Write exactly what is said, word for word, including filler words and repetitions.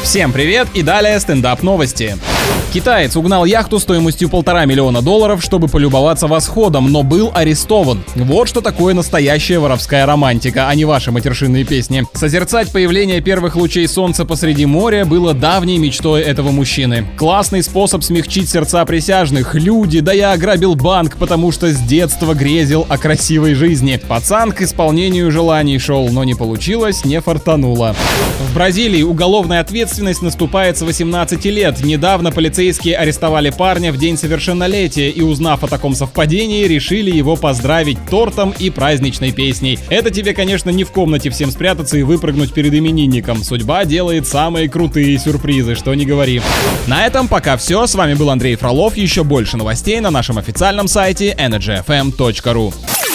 Всем привет и далее стендап новости. Китаец угнал яхту стоимостью полтора миллиона долларов, чтобы полюбоваться восходом, но был арестован. Вот что такое настоящая воровская романтика, а не ваши матершинные песни. Созерцать появление первых лучей солнца посреди моря было давней мечтой этого мужчины. Классный способ смягчить сердца присяжных. Люди, да я ограбил банк, потому что с детства грезил о красивой жизни. Пацан к исполнению желаний шел, но не получилось, не фартануло. В Бразилии уголовная ответственность наступает с восемнадцати лет. Недавно полицейские арестовали парня в день совершеннолетия и, узнав о таком совпадении, решили его поздравить тортом и праздничной песней. Это тебе, конечно, не в комнате всем спрятаться и выпрыгнуть перед именинником. Судьба делает самые крутые сюрпризы, что не говори. На этом пока все. С вами был Андрей Фролов. Еще больше новостей на нашем официальном сайте энерджи эф эм точка ру.